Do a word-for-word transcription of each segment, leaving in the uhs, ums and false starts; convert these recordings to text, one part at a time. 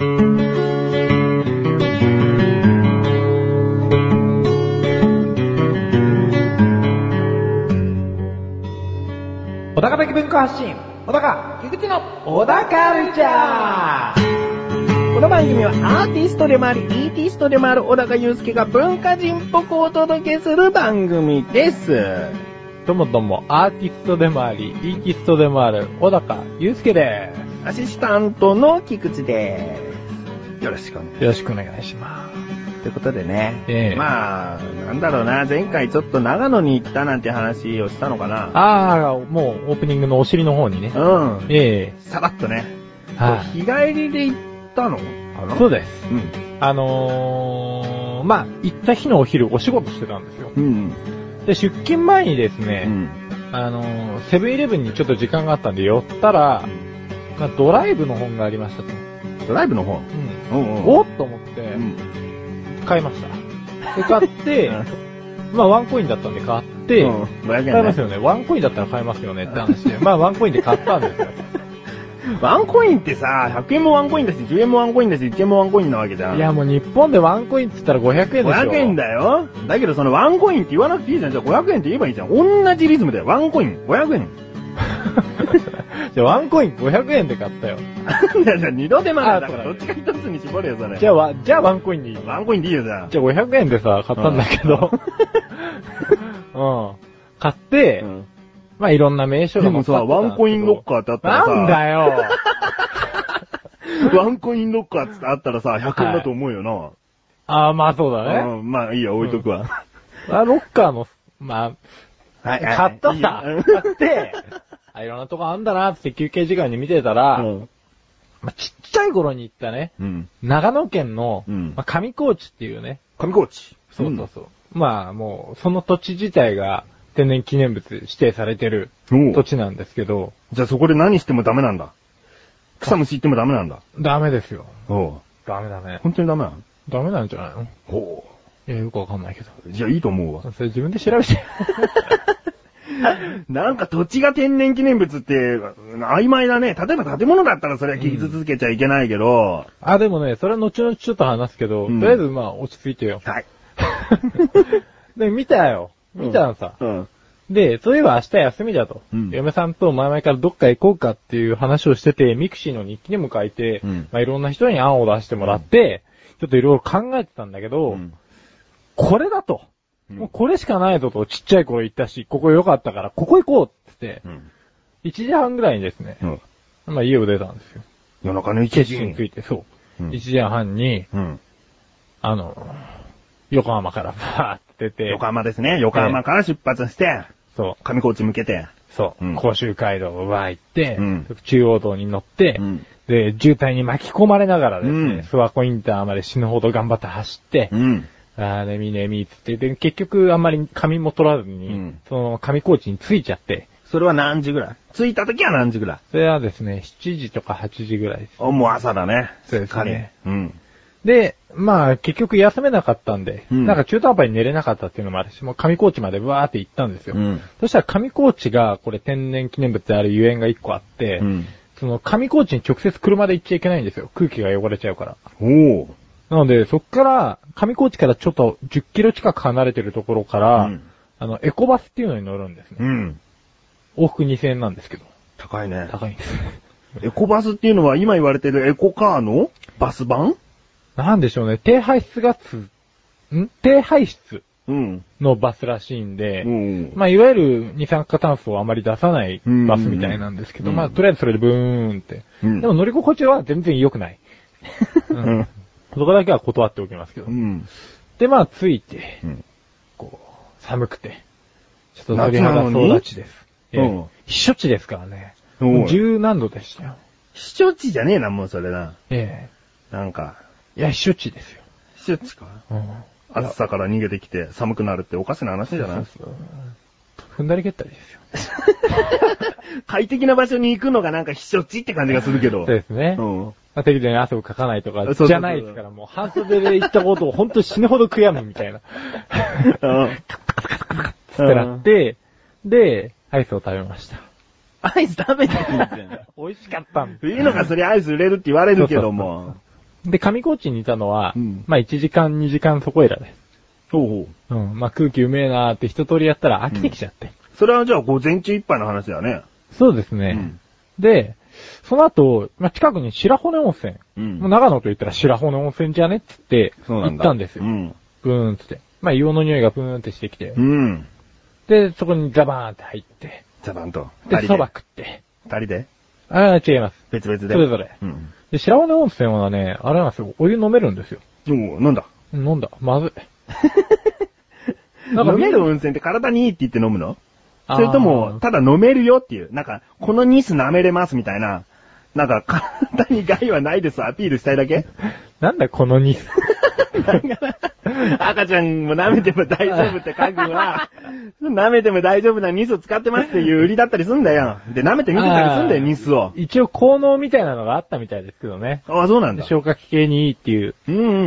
小高的文化発信、小高菊池の小高カルチャー。 この番組はアーティストでもあり、イーティストでもある小高祐介が文化人っぽくお届けする番組です。 どうもどうも、アーティストでもあり、イーティストでもある小高祐介でアシスタントの菊池です。よろしくお願いします。 す。よろしくお願いします。 ということでね、 ええ、 まあ、なんだろうな、前回ちょっと長野に行ったなんて話をしたのかな。 ああ、もうオープニングのお尻の方にね。 うん。 ええ、 さらっとね。 はい、 日帰りで行ったのかな。 そうです。 うん。 あのー、まあ、行った日のお昼お仕事してたんですよ。 うん。 で、出勤前にですね、 うん。 あのー、セブンイレブンにちょっと時間があったんで寄ったら、まあ、ドライブの本がありましたと。 ドライブの本。 うん。 うんうん、 おっと思って、 うん、 買いました。で、買って、まあワンコインだったんで買って、 うん、ごひゃくえんね、 買いますよね。ワンコインだったら買えますよねって話で、まあワンコインで買ったんですよ。 ワンコインってさ、ひゃくえんもワンコインだし、じゅうえんもワンコインだし、いちえんもワンコインなわけじゃん。 いやもう日本でワンコインって言ったらごひゃくえんでしょ。 ごひゃくえんだよ。だけどそのワンコインって言わなくていいじゃん。じゃあごひゃくえんって言えばいいじゃん。同じリズムでワンコイン、ごひゃくえん。 じゃあワンコインごひゃくえんで買ったよ。 じゃあ二度手間だからどっちか一つに絞れよ、それ。 じゃあわ、じゃあワンコインでいい。 ワンコインでいいよ、じゃあ。 じゃあごひゃくえんでさ、買ったんだけど。うん。買って、うん、まあいろんな名所がもさ、ワンコインロッカーってあったらさ。 なんだよ。 ワンコインロッカーってあったらさ、ひゃくえんだと思うよな。はい、 ああ、まあそうだね。 うん、まあいいや、置いとくわ。 うん、あロッカーの、まあ、はい、買ったさ。買って、あ、いろんなとこあんだなって休憩時間に見てたら、うん、まあ、ちっちゃい頃に行ったね、うん、長野県の、うん、まあ、上高地っていうね。 上高地そうそうそう。うん、まあもう、その土地自体が天然記念物指定されてる土地なんですけど。 じゃあそこで何してもダメなんだ。草むし行ってもダメなんだ。 ダメですよ。 おう。 ダメだね。 本当にダメなの？ ダメなんじゃないの？ ほう。いや、よくわかんないけど。 じゃあいいと思うわ。 それ自分で調べて。 なんか土地が天然記念物って曖昧だね。例えば建物だったらそれは傷つけちゃいけないけど。 うん、あ、でもね、それは後々ちょっと話すけど、うん、とりあえずまあ落ち着いてよ。 はい。 で、見たよ。見たのさ。 うんうん、 で、そういえば明日休みだと、うん。嫁さんと前々からどっか行こうかっていう話をしてて、ミクシーの日記にも書いて、うん、まあいろんな人に案を出してもらって、うん、ちょっといろいろ考えてたんだけど、うん、これだと。もうこれしかないぞと、ちっちゃい頃行ったし、ここ良かったから、ここ行こうって言って、うん、いちじはんぐらいにですね、うん、まあ家を出たんですよ。 夜中のいちじについて、そう。うん、いちじはんに、うん、あの、横浜からバーって出て、 横浜ですね。横浜から出発して、えー、 そう。 上高地向けて、 そう。うん、甲州街道をバー行って、うん、中央道に乗って、うん、で、渋滞に巻き込まれながらですね、うん、諏訪湖インターまで死ぬほど頑張って走って、うんあーねみねみつって、で、結局あんまり髪も取らずに、うん、その上高地に着いちゃって。 それは何時ぐらい？着いた時は何時ぐらい？ それはですね、しちじとかはちじぐらいです。 お、もう朝だね。 そうですね。 うん。 で、まあ結局休めなかったんで、うん、なんか中途半端に寝れなかったっていうのもあるし、もう上高地までわーって行ったんですよ。うん、そしたら上高地がこれ天然記念物であるゆえんが一個あって、うん、その上高地に直接車で行っちゃいけないんですよ。空気が汚れちゃうから。 おー。 なので、そっから、上高地からちょっとじゅっキロ近く離れてるところから、うん、あの、エコバスっていうのに乗るんですね。うん。往復にせんえんなんですけど。 高いね。 高いんです。 エコバスっていうのは今言われてるエコカーのバス版？ なんでしょうね。低排出ガス、ん低排出のバスらしいんで、うん、まあ、いわゆる二酸化炭素をあまり出さないバスみたいなんですけど、うん、まあ、とりあえずそれでブーンって。うん、でも乗り心地は全然良くない。うんそこだけは断っておきますけど。うん、で、まあ、着いて、うん、こう、寒くて、ちょっと鳥肌総立ちです。ええ、避暑地ですからね。十何度でしたよ。 避暑地じゃねえな、もうそれな。 ええ。なんか。 いや、避暑地ですよ。 避暑地か。うん、暑さから逃げてきて寒くなるっておかしな話じゃない？そうそうそう踏んだり蹴ったりですよ。 快適な場所に行くのがなんか避暑地って感じがするけど。 そうですね。うん。まあ、適度に汗をかかないとか、じゃないですから、もう半袖で行ったことを本当に死ぬほど悔やむみたいな。カッカカカカカってなって、で、アイスを食べました。 アイス食べてるんじゃん。 美味しかったん冬のがそれアイス売れるって言われるけども。 で、上高地にいたのは、うん、まあいちじかんにじかんそこいらです。 ほうほう。うん。まあ空気うめえなーって一通りやったら飽きてきちゃって。うん、 それはじゃあ午前中いっぱいの話だよね。 そうですね。うん、で、その後、まあ、近くに白骨温泉。うん、もう長野と言ったら白骨温泉じゃねっつって、行ったんですよ。うん、ブーンつって。まあ、硫黄の匂いがブーンってしてきて。うん、で、そこにザバーンって入って。 ザバーンと。 で、蕎麦食って。 二人でああ、違います。 別々で。 それぞれ。うん、で、白骨温泉はね、あれなんですよ。お湯飲めるんですよ。 おお、飲んだ。 飲んだ。まずい。なんか飲める温泉って体にいいって言って飲むの？それとも、ただ飲めるよっていう、なんか、このニス舐めれますみたいな、なんか、体に害はないですアピールしたいだけ？ なんだこのニス。 赤ちゃんも舐めても大丈夫って書くのは、舐めても大丈夫なニスを使ってますっていう売りだったりすんだよ。で、舐めてみてたりすんだよ、ニスを。 一応効能みたいなのがあったみたいですけどね。 ああ、そうなんだ。 消化器系にいいっていう。 うんうんうん。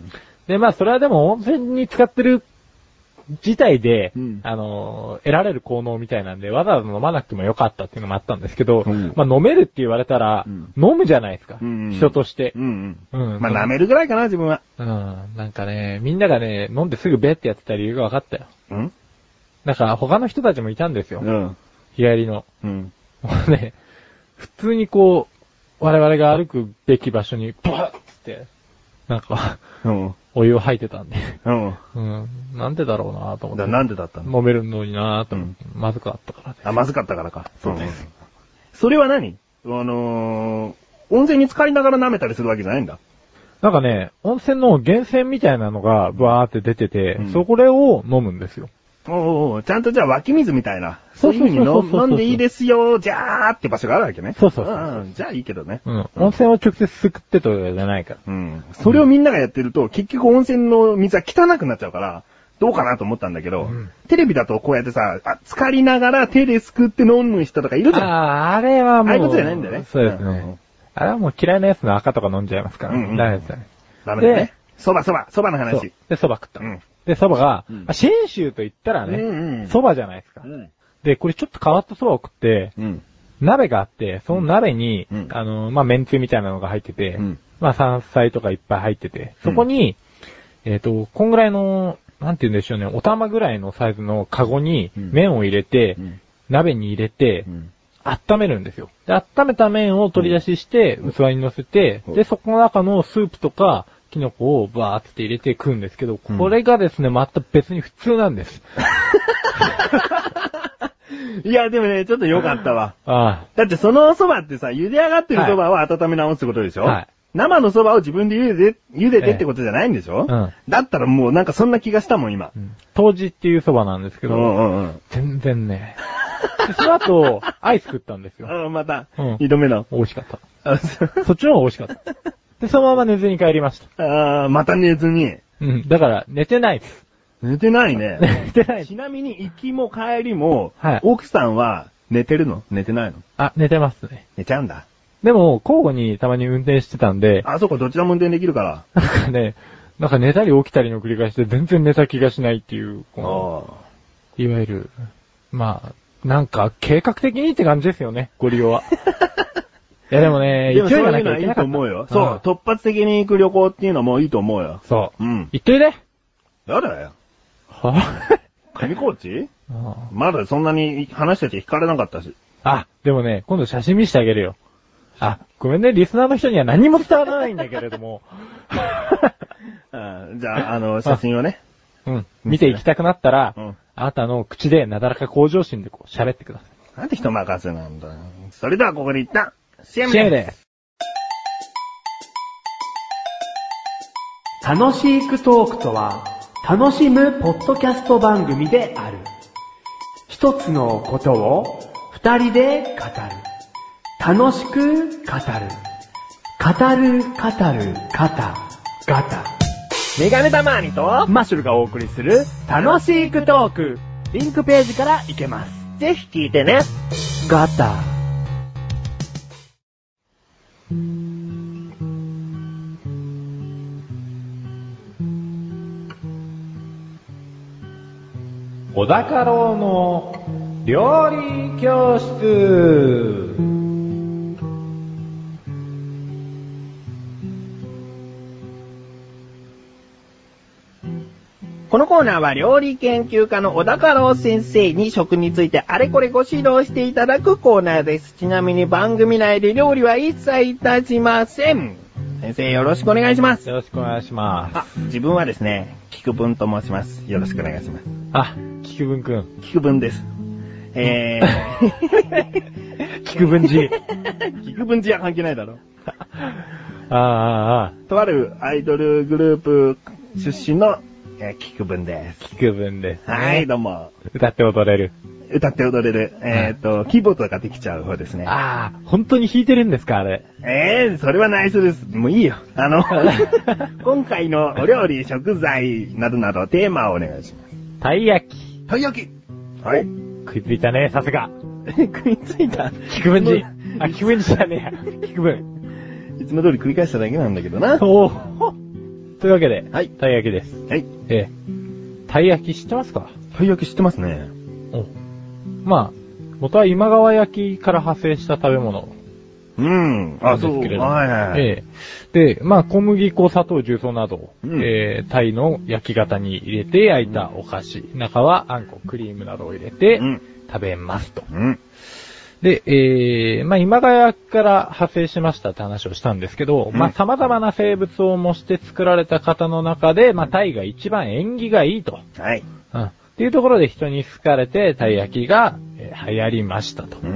で、まあ、それはでも温泉に使ってる自体で、うん、あのー、得られる効能みたいなんで、わざわざ飲まなくてもよかったっていうのもあったんですけど、うん、まあ飲めるって言われたら、うん、飲むじゃないですか、うんうん、人として、うんうんうん。まあ舐めるぐらいかな、自分は。 うん。なんかね、みんながね、飲んですぐベってやってた理由が分かったよ。うん？だから他の人たちもいたんですよ。うん。日帰りの。うん。もうね、普通にこう、我々が歩くべき場所に、バーッって、なんか、うん。お湯を吐いてたんで。うん。うん。なんでだろうなと思って。 だなんでだったの？ 飲めるのになと思って、うん。まずかったからね。 あ、まずかったからか。そうです。うん、それは何？あのー、温泉に浸かりながら舐めたりするわけじゃないんだ。 なんかね、温泉の源泉みたいなのがバーって出てて、うん、そこれを飲むんですよ。 おうおう、ちゃんとじゃあ湧き水みたいな。そういう風に飲んでいいですよ、じゃーって場所があるわけね。 そうそうそう。 うん、じゃあいいけどね。 うん。温泉を直接すくってとかじゃないから。 うん。それをみんながやってると、結局温泉の水は汚くなっちゃうから、どうかなと思ったんだけど、うん、テレビだとこうやってさ、あ、浸かりながら手ですくって飲む人とかいるじゃん。 ああ、あれはもう。 ああいうことじゃないんだよね。 そうですね。うん、あれはもう嫌いなやつの赤とか飲んじゃいますから。うん、うん。ダメですよね。 ダメだね。蕎麦蕎麦、蕎麦の話。 で、蕎麦食った。うん。で、蕎麦が、うん、信州と言ったらね、蕎麦、うんうん、じゃないですか、うん。で、これちょっと変わった蕎麦を食って、うん、鍋があって、その鍋に、うん、あの、まあ、麺つゆみたいなのが入ってて、うん、まあ、山菜とかいっぱい入ってて、そこに、うん、えっと、こんぐらいの、なんて言うんでしょうね、お玉ぐらいのサイズのカゴに麺を入れて、うん、鍋に入れて、うん、温めるんですよ。で、温めた麺を取り出しして、器に乗せて、で、そこの中のスープとか、キノコをバーって入れて食うんですけど、これがですね、また別に普通なんです。 いや、でもね、ちょっと良かったわ。 ああ。 だってその蕎麦ってさ、茹で上がってる蕎麦を温め直すってことでしょ、はい、生の蕎麦を自分で茹でて、茹でてってことじゃないんでしょ、ええ、うん、だったらもうなんかそんな気がしたもん、今。うん、 当時っていう蕎麦なんですけど、うんうんうん、全然ね。でその後、アイス食ったんですよ。 ああ、また、うん、二度目の。 美味しかった。そっちの方が美味しかった。で、そのまま寝ずに帰りました。 ああ、また寝ずに。 うん、だから寝てないです。 寝てないね。 寝てない。 ちなみに行きも帰りも、はい、奥さんは寝てるの？寝てないの？ あ、寝てますね。 寝ちゃうんだ。 でも、交互にたまに運転してたんで。 あ、そうか、どちらも運転できるから。 なんかね、なんか寝たり起きたりの繰り返しで全然寝た気がしないっていう、このいわゆる、まあ、なんか計画的にって感じですよね、ご利用は。いやでもね、 勢いがなきゃいけなかった。いいと思うよ。そう、突発的に行く旅行っていうのもいいと思うよ。 そう。うん。行っといで。 やだよ。 は上高地？まだそんなに話してて惹かれなかったし。 あ、でもね、今度写真見せてあげるよ。あ、ごめんね、リスナーの人には何も伝わらないんだけれども。 あじゃあ、あの、写真をね。 うん。見ていきたくなったら、うん、あなたの口でなだらか向上心でこう喋ってください。 なんで人任せなんだよ。それではここで一旦、シーエムです。シーエム です。楽しくトークとは、楽しむポッドキャスト番組である。一つのことを二人で語る。楽しく語る。語る、語る、ガタ、ガタ。メガネタマーニとマッシュルがお送りする楽しくトーク。リンクページから行けます。 ぜひ聞いてね。 ガタ。小高郎の料理教室。 このコーナーは料理研究家の小田太郎先生に食についてあれこれご指導していただくコーナーです。ちなみに番組内で料理は一切いたしません。先生よろしくお願いします。 よろしくお願いします。 あ、自分はですね、菊文と申します。よろしくお願いします。 あ、菊文くん。 菊文です。えー、菊文寺。 菊文寺は関係ないだろ。 ああ、ああ。 とあるアイドルグループ出身の、えー、菊文です。 菊文です、 ね。はい、どうも。 歌って踊れる。 歌って踊れる。えっ、ー、と、キーボードができちゃう方ですね。 ああ、本当に弾いてるんですか、あれ。 ええー、それは内緒です。もういいよ。あの、今回のお料理、食材などなどテーマをお願いします。 たい焼き。 たい焼き。はい。 食いついたね、さすが。 食いついた。 菊文寺。あ、菊文寺じゃねえや。菊文。 いつも通り繰り返しただけなんだけどな。 おぉ。というわけで、 はい。 たい焼きです。 はい。 ええ。たい焼き知ってますか？ たい焼き知ってますね。 お。まあ、元は今川焼きから派生した食べ物。 うん。あ、そう。はいはい。 ええ。で、まあ、小麦粉、砂糖、重曹など、うん、えー、タイの焼き型に入れて焼いたお菓子。うん、中はあんこ、クリームなどを入れて、食べますと。うん、で、えー、まあ、今川焼きから派生しましたって話をしたんですけど、うん、まあ、様々な生物を模して作られた方の中で、まあ、タイが一番縁起がいいと。 はい。 うん。っていうところで人に好かれて、たい焼きが、えー、流行りましたと。うん、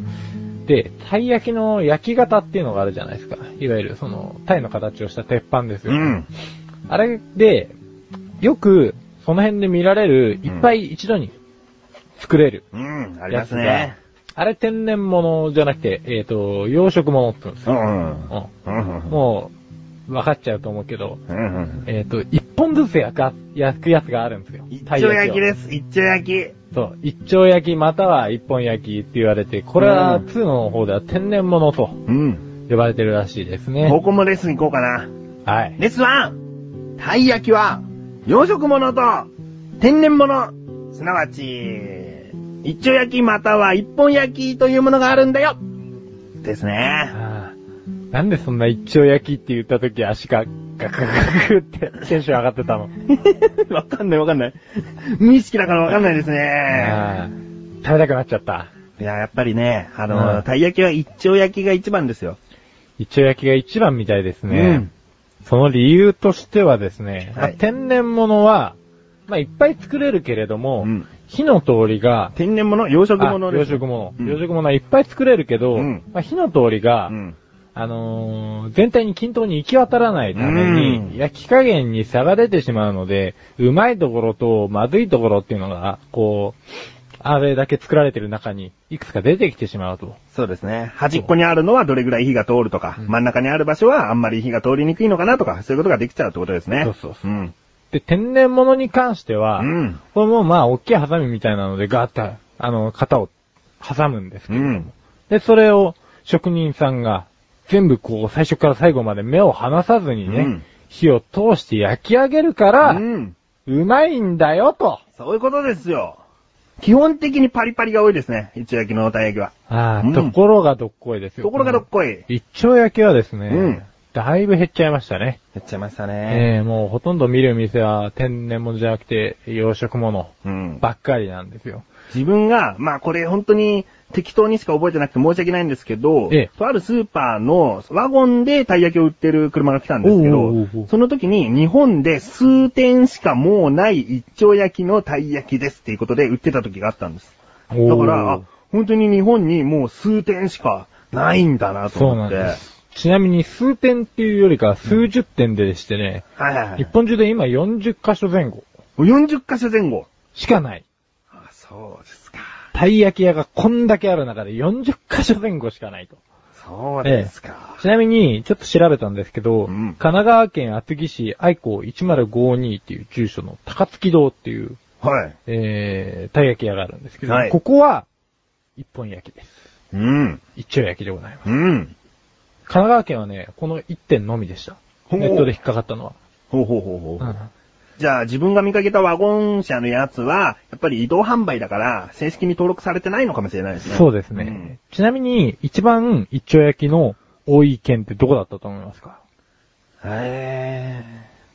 で、たい焼きの焼き型っていうのがあるじゃないですか。いわゆるその、タイの形をした鉄板ですよ、ね。うん、あれで、よく、その辺で見られる、いっぱい一度に作れる。 うん、ありますね。 あれ天然物じゃなくて、えっと、養殖物って言うんですよ。うんうんうん、もう、分かっちゃうと思うけど、うんうん、えっと、一本ずつ焼く、焼くやつがあるんですよ。 一丁焼きです。一丁焼き。 そう。一丁焼きまたは一本焼きって言われて、これはにの方では天然物と呼ばれてるらしいですね。 ここもレッスン行こうかな。 はい。 レッスンワン！たい焼きは、養殖物と天然物、すなわち、一丁焼きまたは一本焼きというものがあるんだよですね。 ああ、なんでそんな一丁焼きって言った時足がガクガクガクってテンション上がってたの？ わかんないわかんない。無意識だからわかんないですね。 ああ、食べたくなっちゃった。 いや、やっぱりね、あの、たい焼きは一丁焼きが一番ですよ。 一丁焼きが一番みたいですね。うん、その理由としてはですね、はい、まあ、天然物は、まあ、いっぱい作れるけれども、うん、火の通りが、 天然物？養殖物です。 養殖物。うん、養殖物はいっぱい作れるけど、うん、まあ、火の通りが、うん、あのー、全体に均等に行き渡らないために、うん、焼き加減に差が出てしまうので、うまいところとまずいところっていうのが、こう、あれだけ作られてる中にいくつか出てきてしまうと。 そうですね。端っこにあるのはどれぐらい火が通るとか、うん、真ん中にある場所はあんまり火が通りにくいのかなとか、そういうことができちゃうってことですね。 そうそうそう。うん、で、天然物に関しては、うん、これもまあ、大きいハサミみたいなのでガーッと、あの、型を挟むんですけれども、うん、で、それを職人さんが全部こう、最初から最後まで目を離さずにね、うん、火を通して焼き上げるから、うん、うまいんだよと。 そういうことですよ。基本的にパリパリが多いですね。一丁焼きのたい焼きは。 ああ、うん、ところがどっこいですよ。 ところがどっこい。 一丁焼きはですね、うん、だいぶ減っちゃいましたね。 減っちゃいましたね。 ええー、もうほとんど見る店は天然物じゃなくて養殖物ばっかりなんですよ。 自分が、まあこれ本当に適当にしか覚えてなくて申し訳ないんですけど、ええ、とあるスーパーのワゴンでたい焼きを売ってる車が来たんですけど、おうおうおう、その時に日本で数点しかもうない一丁焼きのたい焼きですっていうことで売ってた時があったんです。だから、あ、本当に日本にもう数点しかないんだなと思って。そうなんです。 ちなみに数点っていうよりか数十点でしてね、うん、はいはいはい、日本中で今よんじゅっかしょ前後。 よんじゅっかしょ前後しかない。 あ、そうですか。 たい焼き屋がこんだけある中でよんじゅっかしょ前後しかないと。 そうですか。 ええ、ちなみに、ちょっと調べたんですけど、うん、神奈川県厚木市愛好いちまるごにっていう住所の高槻堂っていう、はい。えー、たい焼き屋があるんですけど、はい、ここは一本焼きです。うん。一丁焼きでございます。うん。神奈川県はね、この一点のみでした。ネットで引っかかったのは。 ほうほうほうほう。うん、じゃあ自分が見かけたワゴン車のやつは、やっぱり移動販売だから、正式に登録されてないのかもしれないですね。 そうですね。うん、ちなみに、一番一丁焼きの多い県ってどこだったと思いますか？ へー。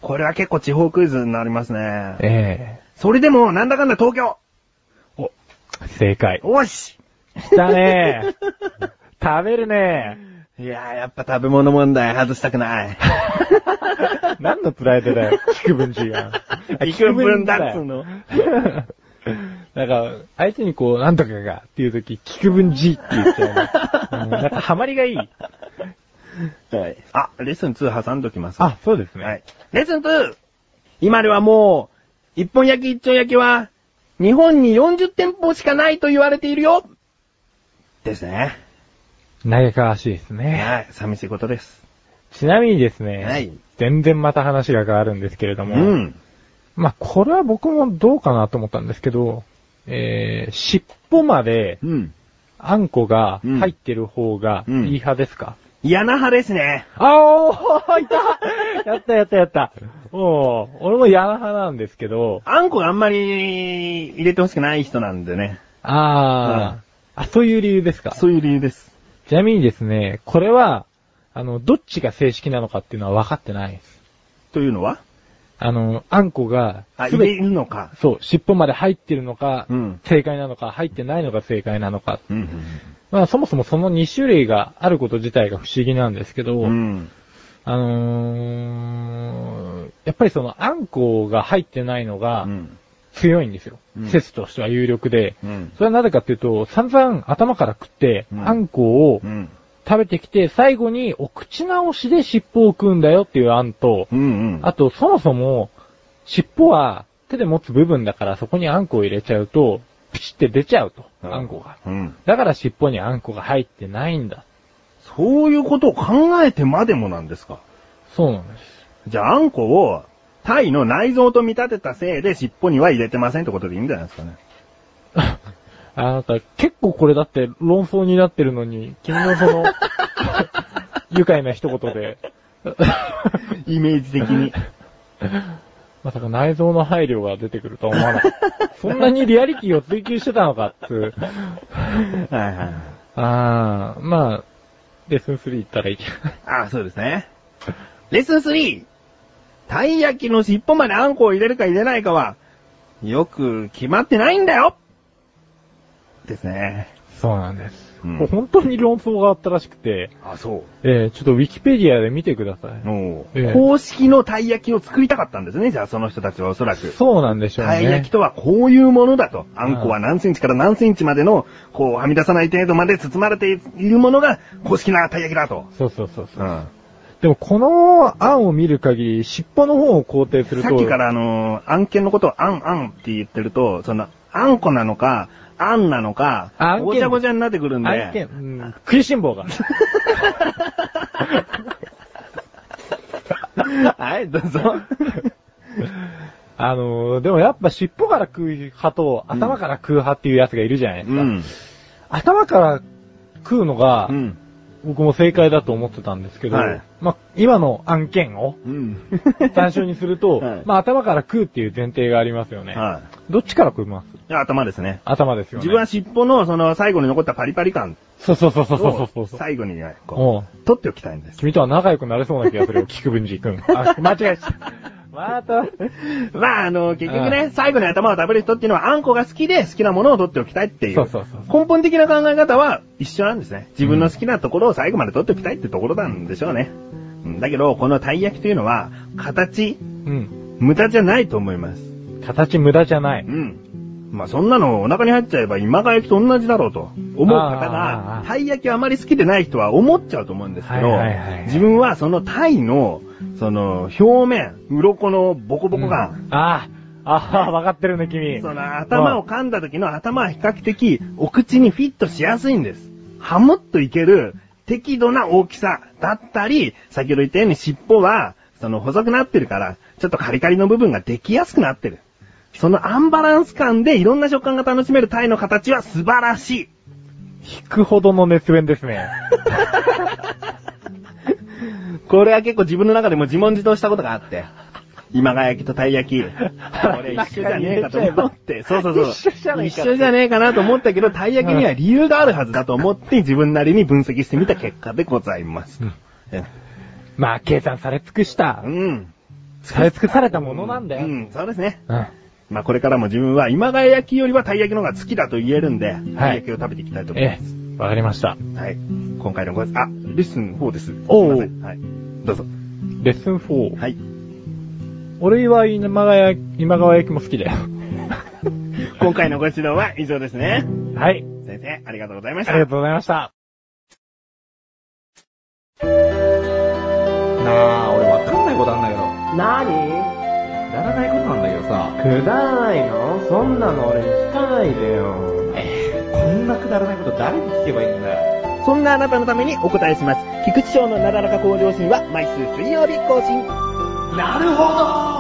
これは結構地方クイズになりますね。 ええー。 それでも、なんだかんだ東京。 お、正解。 おししたね食べるねいやー、やっぱ食べ物問題外したくない。 何のプライドだよ、幾分字が。 幾分だっつうの。 なんか、相手にこう、なんとかがっていうとき、幾分字って言っちゃうの、うん。なんか、ハマりがいい。はい。 あ、レッスンツー挟んどきます。 あ、そうですね。 はい。レッスンツー! 今ではもう、一本焼き一丁焼きは、日本によんじゅってんぽしかないと言われているよですね。 嘆かわしいですね。 はい、寂しいことです。 ちなみにですね、 はい。 全然また話が変わるんですけれども、 うん。 まあ、これは僕もどうかなと思ったんですけど、えー、尻尾まで、うん。あんこが入ってる方がいい派ですか？ うん、嫌な派ですね。 あおーいたやったやったやった。おー、俺も嫌な派なんですけど。 あんこがあんまり入れてほしくない人なんでね。 あー、うん、あ、そういう理由ですか？ そういう理由です。 ちなみにですね、これは、あの、どっちが正式なのかっていうのは分かってないです。 というのは？あの、あんこが、 あ、入れるのか。 そう、尻尾まで入ってるのか、 うん、 正解なのか、入ってないのが正解なのか。 うんうん、 まあ、そもそもそのに種類があること自体が不思議なんですけど、 うん、 あのー、やっぱりそのあんこが入ってないのが強いんですよ。うん、説としては有力で、うん。それはなぜかっていうと、散々頭から食って、うん、あんこを、うん食べてきて、最後にお口直しで尻尾を食うんだよっていう案と、 うんうん、 あと、そもそも、尻尾は手で持つ部分だからそこにあんこを入れちゃうと、プチって出ちゃうと、あんこが、うん。だから尻尾にあんこが入ってないんだ。 そういうことを考えてまでもなんですか？ そうなんです。 じゃあ、あんこを、タイの内臓と見立てたせいで尻尾には入れてませんってことでいいんじゃないですかね。 あなた、結構これだって論争になってるのに、君のその、愉快な一言で。 イメージ的に。 まさか内臓の配慮が出てくるとは思わなかった。そんなにリアリティを追求してたのかって。はいはい。 あー、まあ、レッスンスリー行ったらいいけど。 ああ、そうですね。レッスンスリー! たい焼きの尻尾まであんこを入れるか入れないかは、よく決まってないんだよですね。 そうなんです。うん、本当に論争があったらしくて。 あ、そう。 えー、ちょっとウィキペディアで見てください。 おえー、公式のたい焼きを作りたかったんですね。じゃあその人たちはおそらく。 そうなんでしょうね。 たい焼きとはこういうものだと。あんこは何センチから何センチまでの、こうはみ出さない程度まで包まれているものが公式なたい焼きだと。 そうそうそうそう。うん、でもこの案を見る限り、尻尾の方を肯定すると。 さっきからあのー、案件のことをあんあんって言ってると、その、あんこなのか、あんなのか、ごちゃごちゃになってくるんで。 案件、うん、食いしん坊が。 はい、どうぞ。 あのー、でもやっぱ尻尾から食う派と頭から食う派っていうやつがいるじゃないですか。うん、頭から食うのが、うん僕も正解だと思ってたんですけど、はい、まあ、今の案件を、うん、参照にすると、はい、まあ、頭から食うっていう前提がありますよね。はい、どっちから食います？ いや、頭ですね。 頭ですよね。 自分は尻尾の、その、最後に残ったパリパリ感。 そうそうそうそうそうそう。 最後にね、こう、取っておきたいんです。 君とは仲良くなれそうな気がするよ、菊文治君。あ、間違えた。また。 まあ、あの、結局ね、最後に頭を食べる人っていうのは、あんこが好きで好きなものを取っておきたいっていう。 そうそうそう。 根本的な考え方は一緒なんですね。自分の好きなところを最後まで取っておきたいってところなんでしょうね。うん、だけど、このたい焼きというのは、形、うん、無駄じゃないと思います。 形無駄じゃない。 うん。まあ、そんなのお腹に入っちゃえば今川焼きと同じだろうと思う方が、たい焼きあまり好きでない人は思っちゃうと思うんですけど、自分はそのタイの、その表面、鱗のボコボコ感。 うん、ああ、ああ、わかってるね、君。 その頭を噛んだ時の頭は比較的お口にフィットしやすいんです。ハムッといける適度な大きさだったり、先ほど言ったように尻尾は、その細くなってるから、ちょっとカリカリの部分ができやすくなってる。そのアンバランス感でいろんな食感が楽しめるタイの形は素晴らしい。 引くほどの熱弁ですね。 これは結構自分の中でも自問自答したことがあって。今川焼きとたい焼き。これ一緒じゃねえかと思って。そうそうそう。一緒じゃねえか。一緒じゃねえかなと思ったけど、たい焼きには理由があるはずだと思って自分なりに分析してみた結果でございます。うん、 まあ、計算され尽くした。 うん。 使い尽くされたものなんだよ。 うん、うん、そうですね。うん。まあこれからも自分は今川焼きよりはたい焼きの方が好きだと言えるんで、はい、たい焼きを食べていきたいと思います。 ええ、わかりました。 はい。今回のご、あ、レッスンフォーです。 おー。 はい。どうぞ。 レッスンフォー。 はい。 俺は今川焼き、今川焼きも好きだよ。 今回のご指導は以上ですね。 はい。 先生、ありがとうございました。 ありがとうございました。 なあ、俺わかんないことあんだけど。 なに？ くだらないことなんだけどさ。 くだらないの？そんなの俺に聞かないでよ。 えー、こんなくだらないこと誰に聞けばいいんだよ。 そんなあなたのためにお答えします。菊池翔のなだらか向上心は毎週水曜日更新。 なるほど。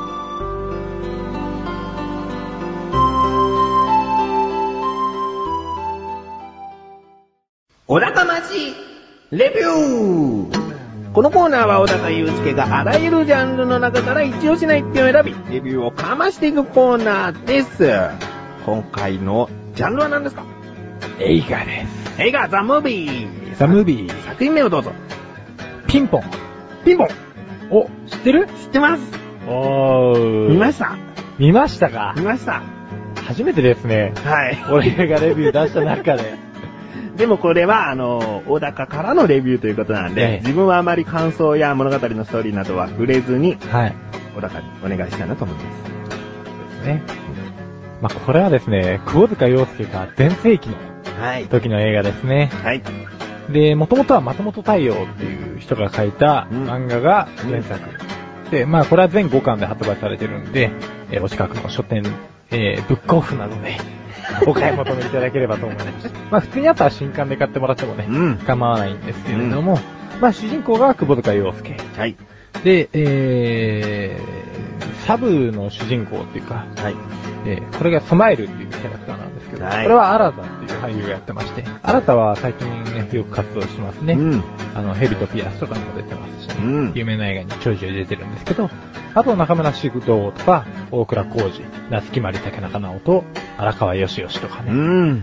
小高ましレビュー。このコーナーは小高祐介があらゆるジャンルの中から一押しな一品を選び、レビューをかましていくコーナーです。今回のジャンルは何ですか？ 映画です。 映画、ザ・ムービー。 ザ・ムービー。 作品名をどうぞ。 ピンポン。 ピンポン。 お、知ってる？ 知ってます。 おー。 見ました。 見ましたか？ 見ました。 初めてですね。 はい。 俺がレビュー出した中で。 でもこれは、あの、小高からのレビューということなんで、ええ、自分はあまり感想や物語のストーリーなどは触れずに、はい。小高にお願いしたいなと思います。 ですね。まあ、これはですね、窪塚洋介が全盛期の時の映画ですね。はい。で、もともとは松本太陽っていう人が書いた漫画が原作。うん、で、まあ、これは全ごかんで発売されてるんで、えー、お近くの書店、えー、ブックオフなどで、お買い求めいただければと思います。まあ普通にあったら新刊で買ってもらってもね、うん、構わないんですけれども、うん、まあ主人公が窪塚洋介。はい。で、えー、サブの主人公っていうか、はい。えー、これがスマイルっていうキャラクターなんですけど、はい、これは新田っていう俳優がやってまして、新田は最近ね、よく活動してますね。うん。あの、ヘビとピアスとかにも出てますし、ね、うん。有名な映画にちょいちょい出てるんですけど、あと中村獅童とか、大倉浩二、夏木マリ、竹中直人、荒川よしよしとかね。うん。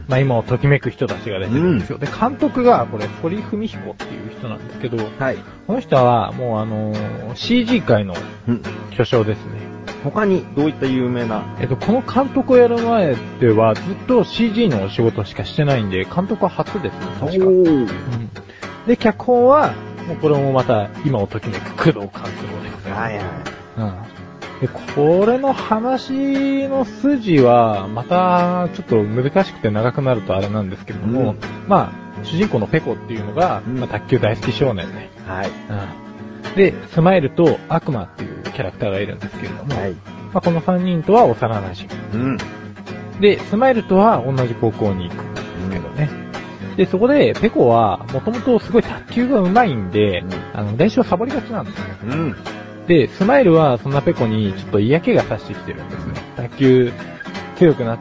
まあ今をときめく人たちが出てるんですよ。うん、で、監督がこれ、堀文彦っていう人なんですけど、はい。この人はもうあのー、シージー 界の巨匠ですね。 他にどういった有名なえっと、この監督をやる前ではずっと シージー の仕事しかしてないんで、監督は初ですね、確か。うん、で、脚本は、もうこれもまた今をときめく工藤官九郎でございます。はいはい。うん。で、これの話の筋は、またちょっと難しくて長くなるとあれなんですけれども、うん、まあ、主人公のペコっていうのが、うん、まあ、卓球大好き少年ね。はい。うん。で、スマイルと悪魔っていうキャラクターがいるんですけれども、はい。まあ、このさんにんとは幼馴染。うん。で、スマイルとは同じ高校に行くんですけどね。うん、で、そこで、ペコは、もともとすごい卓球が上手いんで、うん、あの、練習をサボりがちなんですよ。うん。で、スマイルはそんなペコにちょっと嫌気がさしてきてるんですね。卓球強くなって、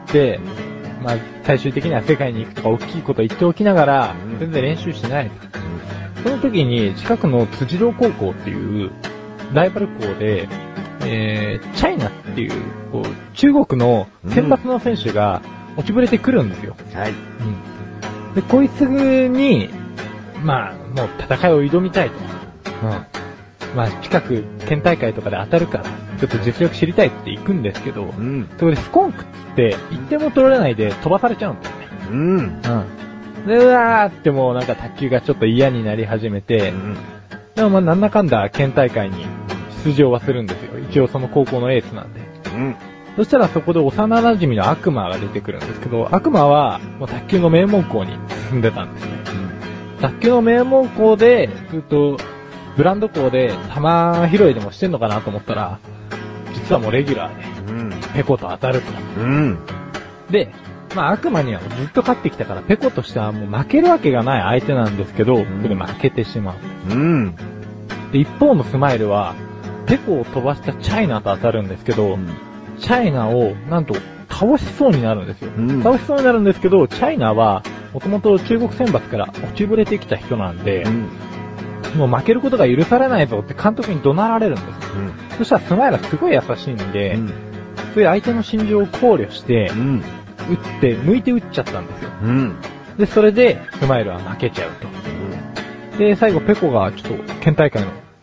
まあ最終的には世界に行くとか大きいこと言っておきながら、全然練習しない。その時に近くの辻堂高校っていうライバル校で、えー、チャイナっていう、こう中国の選抜の選手が落ちぶれてくるんですよ。はい。うん。で、こいつに、まあもう戦いを挑みたいと。うん。まあ、近く県大会とかで当たるから、ちょっと実力知りたいって行くんですけど、うん、そこでスコンクっていっても取られないで飛ばされちゃうんだよね。うん。うん。で、うわーってもうなんか卓球がちょっと嫌になり始めて、うん、でもまあなんだかんだ県大会に出場はするんですよ。一応その高校のエースなんで。うん。そしたらそこで幼馴染の悪魔が出てくるんですけど、悪魔はもう卓球の名門校に進んでたんですね。うん、卓球の名門校でずっとブランド校で玉拾いでもしてんのかなと思ったら、実はもうレギュラーで、うん、ペコと当たると。うん、で、まあ悪魔にはずっと勝ってきたから、ペコとしてはもう負けるわけがない相手なんですけど、うん、これ負けてしまう。うん、で、一方のスマイルは、ペコを飛ばしたチャイナと当たるんですけど、うん、チャイナをなんと倒しそうになるんですよ。うん、倒しそうになるんですけど、チャイナはもともと中国選抜から落ちぶれてきた人なんで、うんもう負けることが許されないぞって監督に怒鳴られるんです。うん、そしたらスマイルはすごい優しいんで、うん、そういう相手の心情を考慮して、うん、打って、向いて打っちゃったんですよ。うん、で、それでスマイルは負けちゃうと。うん、で、最後ペコがちょっと県大会の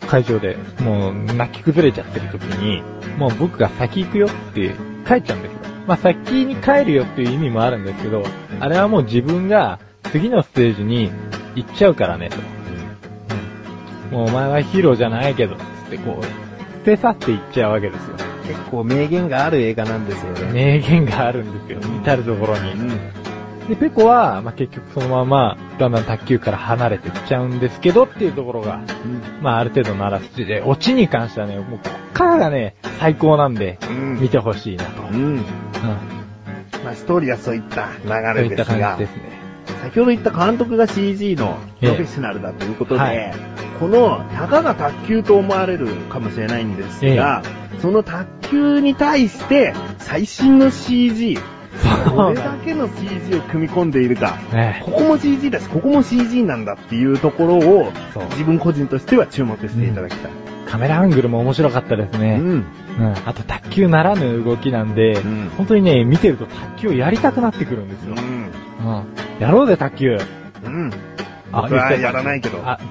会場で、もう泣き崩れちゃってる時に、もう僕が先行くよって帰っちゃうんですよ。まあ先に帰るよっていう意味もあるんですけど、あれはもう自分が次のステージに行っちゃうからねと。うん、もうお前はヒーローじゃないけど、つってこう、捨て去っていっちゃうわけですよ。 結構名言がある映画なんですよね。 名言があるんですよ。至るところに。うんで、ペコは、まあ、結局そのまま、だんだん卓球から離れていっちゃうんですけどっていうところが、うん、まあ、ある程度ならすちで、オチに関してはね、もうこっからがね、最高なんで、うん、見てほしいなと。うん。うん。 まあ、ストーリーはそういった流れですが、そういった感じですね。先ほど言った監督が シージー のプロフェッショナルだということで、ええ、この、たかが卓球と思われるかもしれないんですが、ええ、その卓球に対して、最新の シージー、どれだけの シージー を組み込んでいるか、ね、ここも シージー だし、ここも シージー なんだっていうところを、自分個人としては注目していただきたい。 うん、カメラアングルも面白かったですね。うん。うん、あと、卓球ならぬ動きなんで、うん、本当にね、見てると卓球をやりたくなってくるんですよ。うん。うん、やろうぜ、卓球。 うん。僕はやらないけど。あ、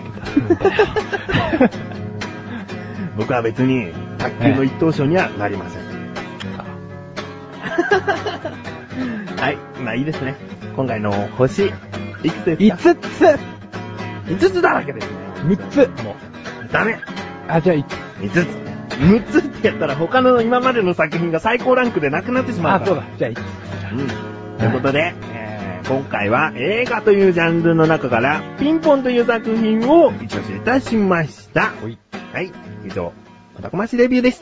僕は別に、卓球の一等賞にはなりません。はい。まあいいですね。今回の星、いくつですか？ いつつ ! いつつだらけですね。 むっつもう。 ダメあ、じゃあいつつ。むっつってやったら他の今までの作品が最高ランクでなくなってしまうから。 あ、そうだ。じゃあいつつ。 うん。ということで、えー、今回は映画というジャンルの中からピンポンという作品を一押しいたしました。はい。はい。以上、おたこましレビューでした。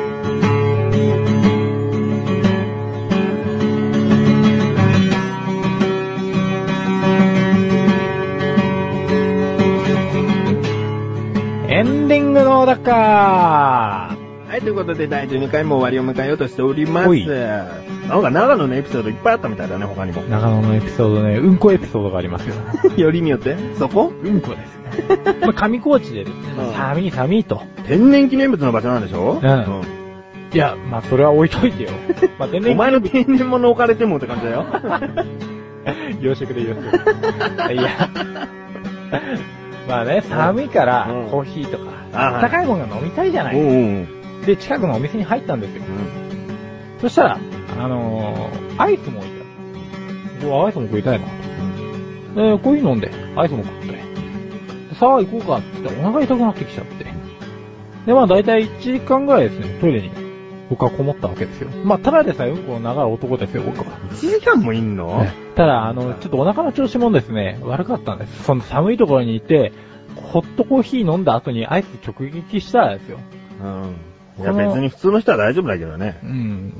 エンディングのだかはい、ということでだいじゅうにかいも終わりを迎えようとしております。なんか長野のエピソードいっぱいあったみたいだね、他にも。 長野のエピソードね、うんこエピソードがありますよ。 よりによってそこうんこですね。まあ、上高地でですね、うん、寒い寒いと。 天然記念物の場所なんでしょ？うん。うん、 いや、まあそれは置いといてよ。まあ、 天然お前の天然物置かれてもって感じだよ。 養殖で養殖。いや。まあね、寒いから、コーヒーとか、あったかいものが飲みたいじゃない。で、近くのお店に入ったんですよ。うん、そしたら、あのー、アイスも置いてある。アイスも食いたいな。で、コーヒー飲んで、アイスも食って。さあ行こうかって言ってお腹痛くなってきちゃって。で、まあ大体いちじかんぐらいですね、トイレに僕はこもったわけですよ。まあただでさえうんこの長い男ですよ、僕は。 いちじかんもいんの？ね、 ただ、あの、ちょっとお腹の調子もですね、悪かったんです。その寒いところにいて、ホットコーヒー飲んだ後にアイス直撃したらですよ。 うん。いや別に普通の人は大丈夫だけどね。 うん。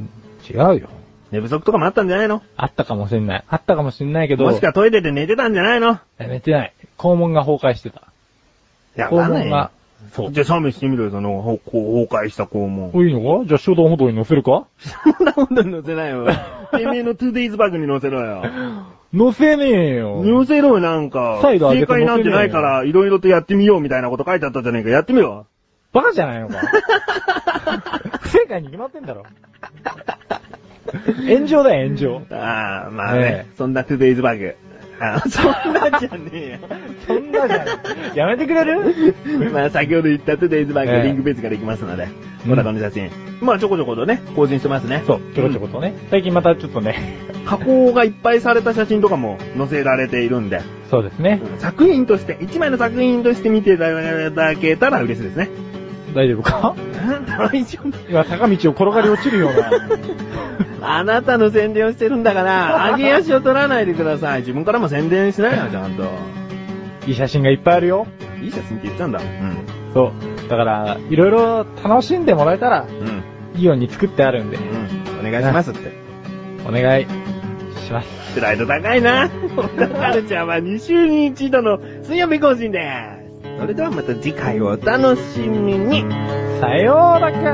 違うよ。 寝不足とかもあったんじゃないの？ あったかもしんない。あったかもしんないけど。 もしくはトイレで寝てたんじゃないの？ 寝てない。肛門が崩壊してた。 やばい。肛門が。 そう。 じゃあ、写メしてみろよ、その、崩壊した肛門。 いいのか？じゃあ、ショーダー本当に乗せるか？ ショーダー本当に乗せないよ。てめえの トゥーデイズ バッグに乗せろよ。 乗せねえよ。 乗せろよ、なんか。正解なんてないから、いろいろとやってみようみたいなこと書いてあったじゃねえか。やってみろ。 バカじゃないのか。不正解に決まってんだろ。炎上だよ、炎上。 ああ、まあね。ねそんな トゥーデイズ バッグ。あそんなじゃねえよ。 そんなじゃねえ。やめてくれる？ まあ先ほど言ったトゥデイズバッグリンクページから行きますので、こんなこの写真。まあちょこちょことね、更新してますね。 そう、ちょこちょことね。うん、最近またちょっとね、 加工がいっぱいされた写真とかも載せられているんで。 そうですね。 うん、作品として、一枚の作品として見ていただけたら嬉しいですね。 大丈夫か？ 大丈夫。 今坂道を転がり落ちるような。 あなたの宣伝をしてるんだから、上げ足を取らないでください。自分からも宣伝しないよ、ちゃんと。 いい写真がいっぱいあるよ。 いい写真って言ったんだ。うん。 そう。だから、いろいろ楽しんでもらえたら、うん。いいように作ってあるんで。うん。 お願いしますって。 お願いします。 プライド高いな。こんなカルチャーはに週に一度の水曜日更新です。それではまた次回をお楽しみに。 さようならかー。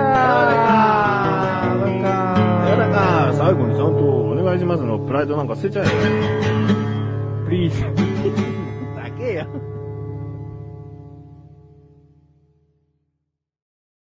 さようならかー。最後にちゃんとお願いしますのプライドなんか捨てちゃえよ。 Please.